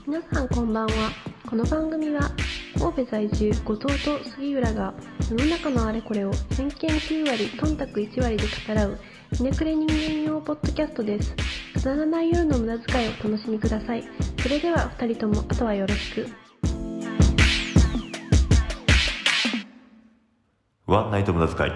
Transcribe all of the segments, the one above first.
皆さんこんばんは。この番組は神戸在住後藤と杉浦が世の中のあれこれを偏見9割忖度1割で語らうひねくれ人間用ポッドキャストです。くだらない夜の無駄遣いをお楽しみください。それでは2人ともあとはよろしく。 ワンナイト無駄遣い。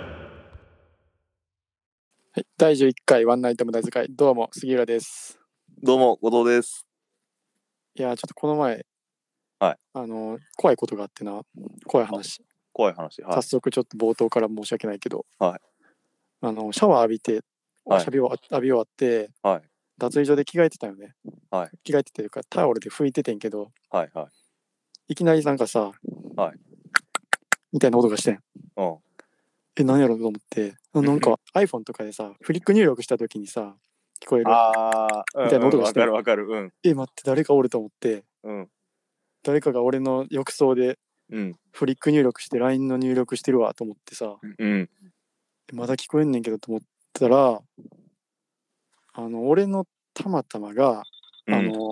はい、第11回ワンナイト無駄遣い、どうも杉浦です。 どうも後藤です。 いやちょっとこの前、 はい、 怖いことがあってな。怖い話、 はい、 早速ちょっと冒頭から申し訳ないけど、 はい、 シャワー浴びて、 はい、 浴び終わって、はい、脱衣所で着替えてたよね、はい、着替えてというかタオルで拭いててんけど、 はいはい、 いきなりなんかさ、 はい、 みたいな音がしてん。何やろうと思って、なんか iPhone とかでさフリック入力した時にさ聞こえるみたいな音がして、 わかる、待って誰かおると思って、誰かが俺の浴槽でフリック入力して LINE の入力してるわと思ってさ、まだ聞こえんねんけどと思ったら、俺のたまたまが何や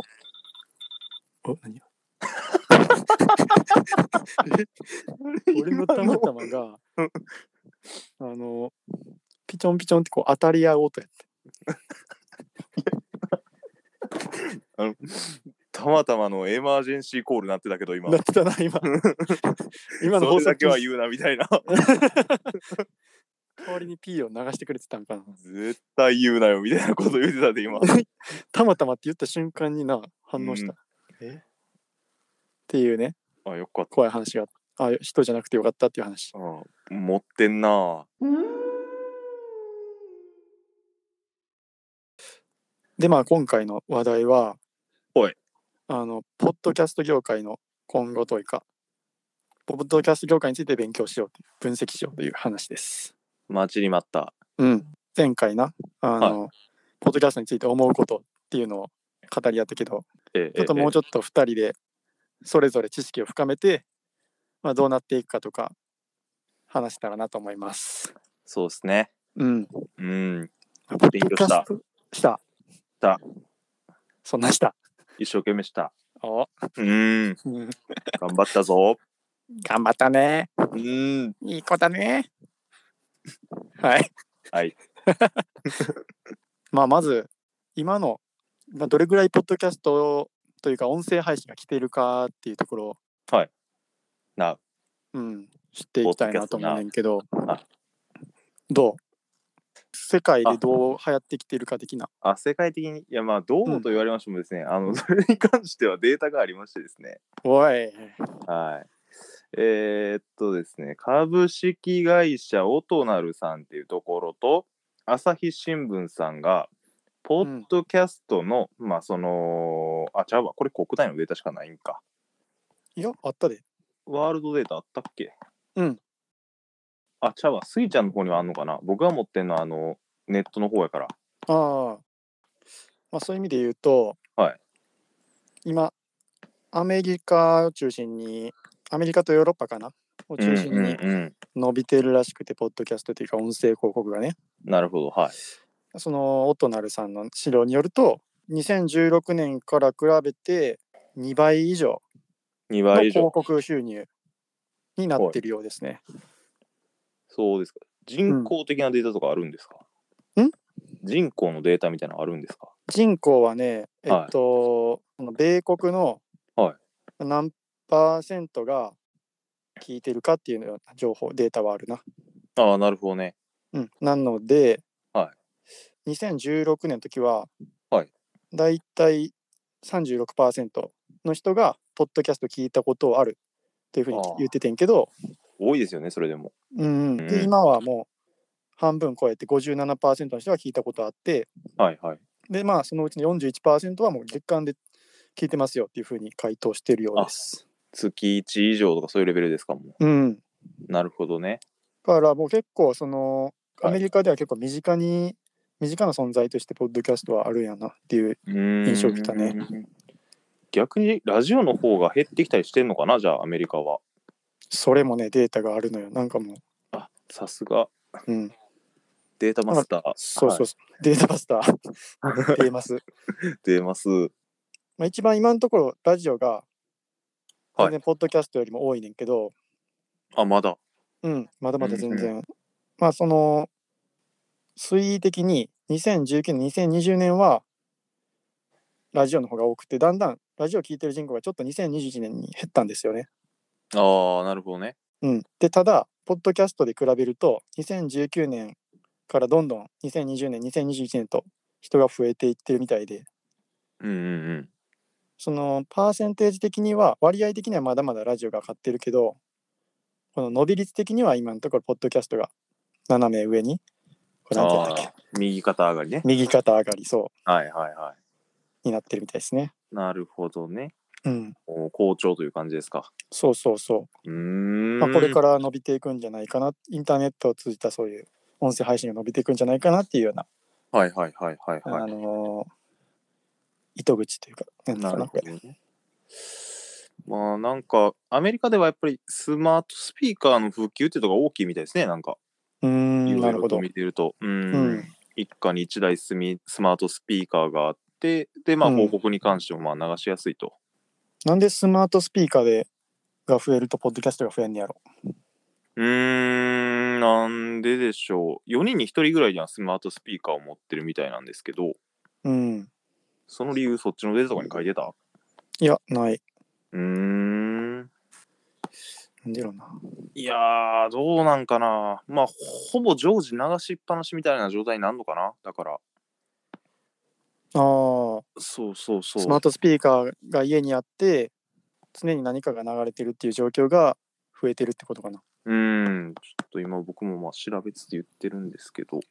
俺のたまたまがピチョンピチョンってこう当たり合う音やってたまたまのエマージェンシーコールなってたけど今なってたな今の放送それだけは言うなみたいな代わりに P を流してくれてたんかな。 絶対言うなよみたいなこと言ってたで今たまたまって言った瞬間にな反応した、っていうね。 よかった。 怖い話が人じゃなくてよかったっていう話。 持ってんな。 で今回の話題は、 ポッドキャスト業界の今後というかポッドキャスト業界について勉強しよう、分析しようという話です。 待ちに待った。 前回なポッドキャストについて思うことっていうのを語り合ったけど、ちょっともうちょっと2人でそれぞれ知識を深めて、どうなっていくかとか話したらなと思います。 そうですね。 勉強した。 そんなした。 一生懸命した。 頑張ったぞ。 頑張ったね。いい子だね。はい。まず今のどれぐらいポッドキャストというか音声配信が来ているかっていうところを知っていきたいなと思うねんけど、どう？世界でどう流行ってきているか的な。 世界的にどうと言われましてもですね、それに関してはデータがありましてですね。ですね、株式会社オトナルさんっていうところと朝日新聞さんがポッドキャストの、これ国内のデータしかないんか。 いや、あったで。 ワールドデータあったっけ？スイちゃんの方にはあんのかな。僕が持ってんのはネットの方やから。 そういう意味で言うと、今アメリカを中心に、アメリカとヨーロッパかなを中心に伸びてるらしくて、ポッドキャストというか音声広告がね。 なるほど。 そのオトナルさんの資料によると、2016年から比べて2倍以上の広告収入になってるようですね。 そうですか。人口的なデータとかあるんですか？人口のデータみたいなのあるんですか？ 人口はね、米国の何%が聞いてるかっていうような情報、データはあるな。 なるほどね。 なので、2016年の時は、だいたい 36% の人がポッドキャスト聞いたことあるっていうふうに言っててんけど、 多いですよね、それでも。 で今はもう半分超えて 57% の人が聞いたことあって、でそのうちの 41% はもう月間で聞いてますよっていうふうに回答してるようです。 月1以上とかそういうレベルですかも。なるほどね。 だからもう結構アメリカでは結構身近な存在としてポッドキャストはあるんやなっていう印象を受けたね。 逆にラジオの方が減ってきたりしてんのかな、じゃあアメリカは。 それもねデータがあるのよ。なんかもうさすがデータマスター。 そう、データマスター出ます。 まあ、一番今のところラジオがはい。 全然ポッドキャストよりも多いねんけど、 あ、まだ。 まだまだ全然、まあその推移的に2019年2020年はラジオの方が多くて、だんだんラジオ聞いてる人口がちょっと2021年に減ったんですよね。 ああ、なるほどね。 でただポッドキャストで比べると2019年からどんどん2020年2021年と人が増えていってるみたいで、そのパーセンテージ的には割合的にはまだまだラジオが勝ってるけど、この伸び率的には今のところポッドキャストが斜め上に、これなんて言うんだっけ、 右肩上がりね。 右肩上がり、そうはいはいはい。 になってるみたいですね。 なるほどね。 好調という感じですか。 そう。まあ、これから伸びていくんじゃないかな。インターネットを通じたそういう音声配信が伸びていくんじゃないかなっていうような、糸口というか、 なるほどね。まあなんかアメリカではやっぱりスマートスピーカーの普及っていうのが大きいみたいですね。なんかいろいろと見てると、一家に一台スマートスピーカーがあって、でまあ報告に関してもまあ流しやすいと。 なんでスマートスピーカーが増えるとポッドキャストが増えんねやろ。 なんででしょう。4人に1人ぐらいにはスマートスピーカーを持ってるみたいなんですけど、その理由そっちのデータとかに書いてた？ いや、ない。 なんでろうな。 いやー、どうなんかな。まあ、ほぼ常時流しっぱなしみたいな状態になるのかな。だから。そう。 スマートスピーカーが家にあって、常に何かが流れてるっていう状況が増えてるってことかな。 ちょっと今僕もまあ調べつつ言ってるんですけど。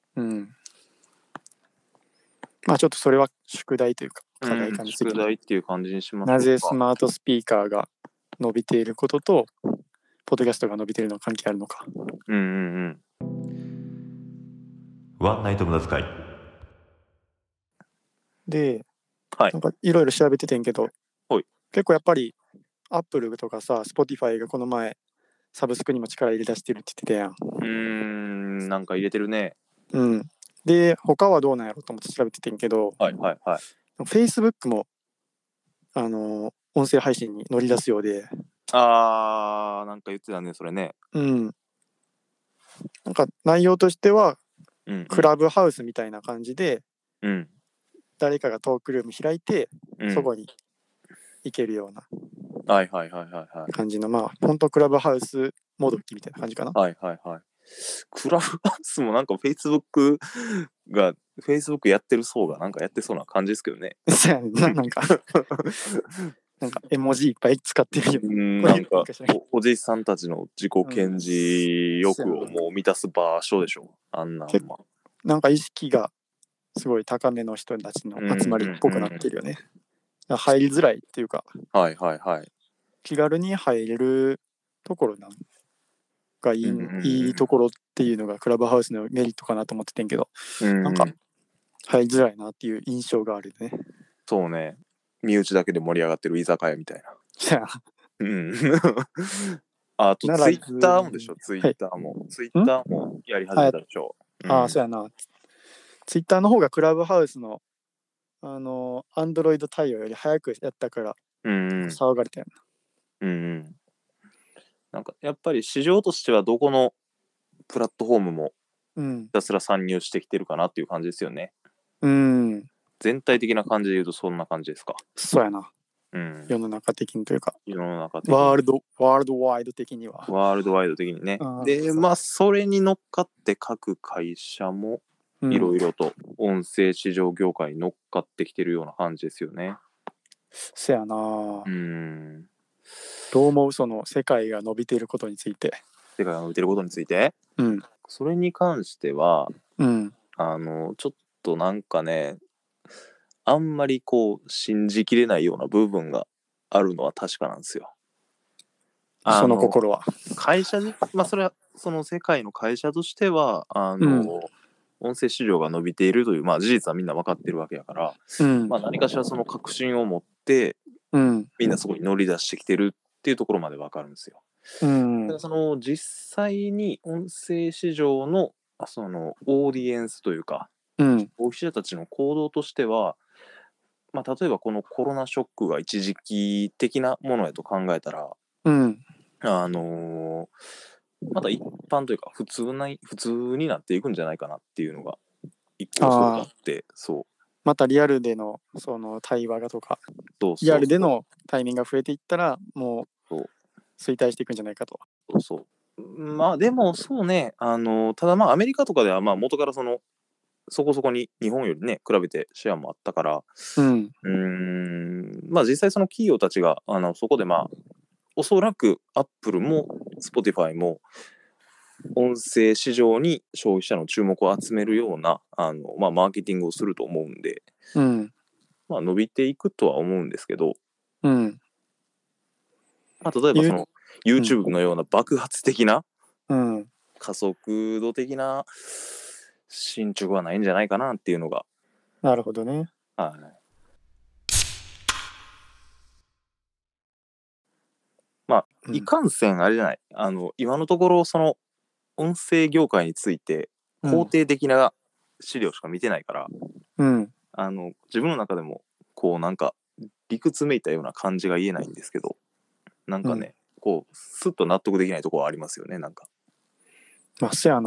まあちょっとそれは宿題というか課題感について、 宿題っていう感じにしましょうか。 なぜスマートスピーカーが伸びていることとポッドキャストが伸びているの関係あるのか。 ワンナイト無駄遣いで、なんかいろいろ調べててんけど、結構やっぱりアップルとかさ、Spotify がこの前サブスクにも力入れ出してるって言ってたやん。なんか入れてるね。 で、他はどうなんやろうと思って調べててんけど、Facebook も音声配信に乗り出すようで。 なんか言ってたね、それね。 なんか内容としては、クラブハウスみたいな感じで、誰かがトークルーム開いて、そこに行けるような感じの、まあ本当クラブハウスもどきみたいな感じかな。 クラブハウスもなんか Facebook やってる層がなんかやってそうな感じですけどね。 なんか絵文字いっぱい使ってるよ。 なんかおじいさんたちの自己顕示欲をもう満たす場所でしょ。あんななんか意識がすごい高めの人たちの集まりっぽくなってるよね。入りづらいっていうか、気軽に入れるところがいいところっていうのがクラブハウスのメリットかなと思っててんけど、なんか入りづらいなっていう印象があるね。 そうね。身内だけで盛り上がってる居酒屋みたいな。あとツイッターもでしょ。ツイッターもやり始めたでしょ。 そうやな。ツイッターの方がクラブハウスのAndroid 対応より早くやったから騒がれたよな。なんかやっぱり市場としてはどこのプラットフォームもひたすら参入してきてるかなっていう感じですよね。全体的な感じで言うとそんな感じですか。 そうやな。世の中的にというか、 ワールドワイド的には。 ワールドワイド的にね。で、まあそれに乗っかって各会社もいろいろと音声市場業界に乗っかってきてるような感じですよね。 そやな。どう思う、その世界が伸びていることについて。 世界が伸びていることについて、それに関しては、ちょっとなんかね、あんまりこう信じきれないような部分があるのは確かなんですよ。 その心は。 会社で、まあそれはその世界の会社としては音声市場が伸びているという、まあ、事実はみんな分かってるわけやから、まあ、何かしらその確信を持って、みんなそこに乗り出してきてるっていうところまで分かるんですよ。だからその実際に音声市場のそのオーディエンスというか、消費者たちの行動としてはまあ例えばこのコロナショックが一時期的なものやと考えたら、また一般というか普通になっていくんじゃないかなっていうのが一個そうあって、そうまたリアルでのその対話がとか、リアルでの対面が増えていったらもう衰退していくんじゃないかと。 まあでもそうね、ただまあアメリカとかではまあ元からそこそこに日本よりね比べてシェアもあったから、まあ実際その企業たちがそこでまあおそらくアップルも Spotify も音声市場に消費者の注目を集めるようなまあ、マーケティングをすると思うんで、まあ、伸びていくとは思うんですけど、まあ、例えばその YouTube のような爆発的な、加速度的な進捗はないんじゃないかなっていうのが。 なるほどね。 はい。まあ、いかんせんあれじゃない、今のところその音声業界について肯定的な資料しか見てないから、自分の中でもこうなんか理屈めいたような感じが言えないんですけど、なんかね、こうスッと納得できないところはありますよね、なんか。 まあせやな。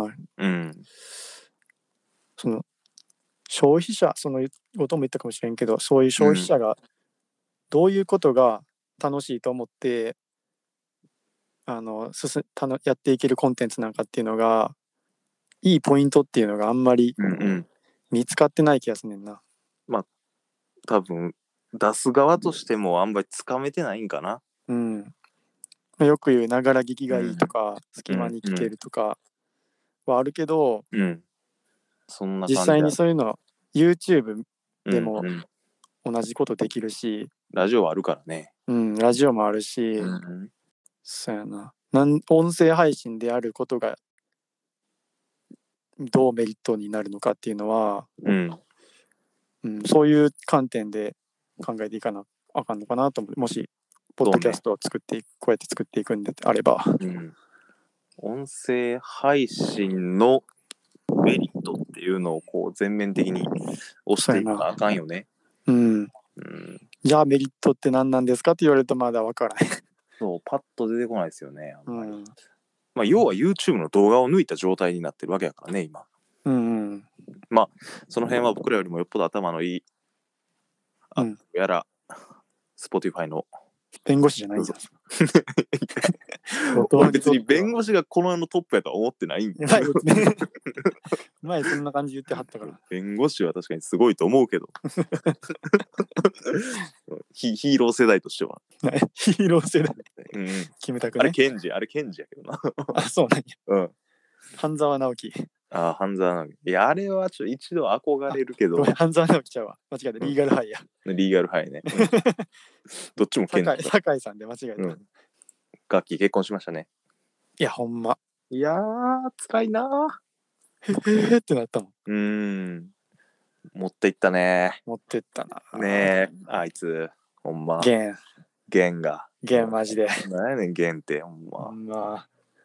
その消費者、そのことも言ったかもしれんけど、そういう消費者がどういうことが楽しいと思って、やっていけるコンテンツなんかっていうのがいいポイントっていうのがあんまり見つかってない気がすんねんな。 まあ多分出す側としてもあんまりつかめてないんかな。 よく言うながら聞きがいいとか、隙間に聞けるとかはあるけど、 そんな実際にそういうの YouTube でも同じことできるし、 ラジオはあるからね。 ラジオもあるし、そうやな。音声配信であることがどうメリットになるのかっていうのは、そういう観点で考えていかなあかんのかなと思う。もしポッドキャストをこうやって作っていくんであれば、 音声配信のメリットっていうのをこう全面的に押していかなあかんよね。 じゃあメリットって何なんですかって言われるとまだ分からない。 そうパッと出てこないですよね。まあ要は YouTube の動画を抜いた状態になってるわけやからね今。まあその辺は僕らよりもよっぽど頭のいいやら Spotify の弁護士じゃないじゃん。 俺別に弁護士がこの世のトップやとは思ってないんだよ。 前そんな感じ言ってはったから。 弁護士は確かにすごいと思うけどヒーロー世代としてはヒーロー世代、決めたくね。 あれ検事やけどな。 あ、そうなんや。半沢直樹。 半沢直樹。いやあれはちょっと一度憧れるけど。 半沢直樹ちゃうわ。間違えた。リーガルハイや。 リーガルハイね。どっちも検事。 酒井さんで間違えた。 ガッキー結婚しましたね。 いやほんま。 いやー辛いなー。へへってなったもん。 持っていったね。 持ってったな。 ねえあいつほんま。ゲンが。 ゲンマジで。 何やねんゲンってほんま。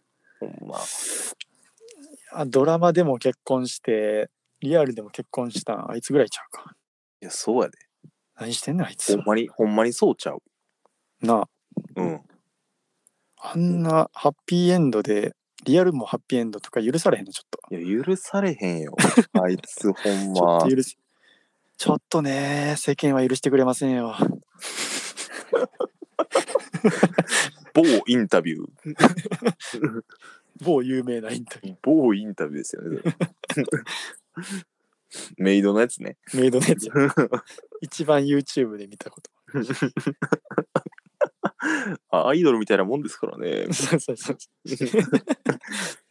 ドラマでも結婚してリアルでも結婚したあいつぐらいちゃうか。 いやそうやで。 何してんのあいつ。 ほんまにそうちゃう。 なあ。あんなハッピーエンドでリアルもハッピーエンドとか許されへんのちょっと。 いや許されへんよ。あいつほんま。 ちょっとね世間は許してくれませんよ。 某インタビュー。 某有名なインタビュー。 某インタビューですよね。メイドのやつね。 メイドのやつ。一番 YouTube で見たこと。 アイドルみたいなもんですからね。 そう。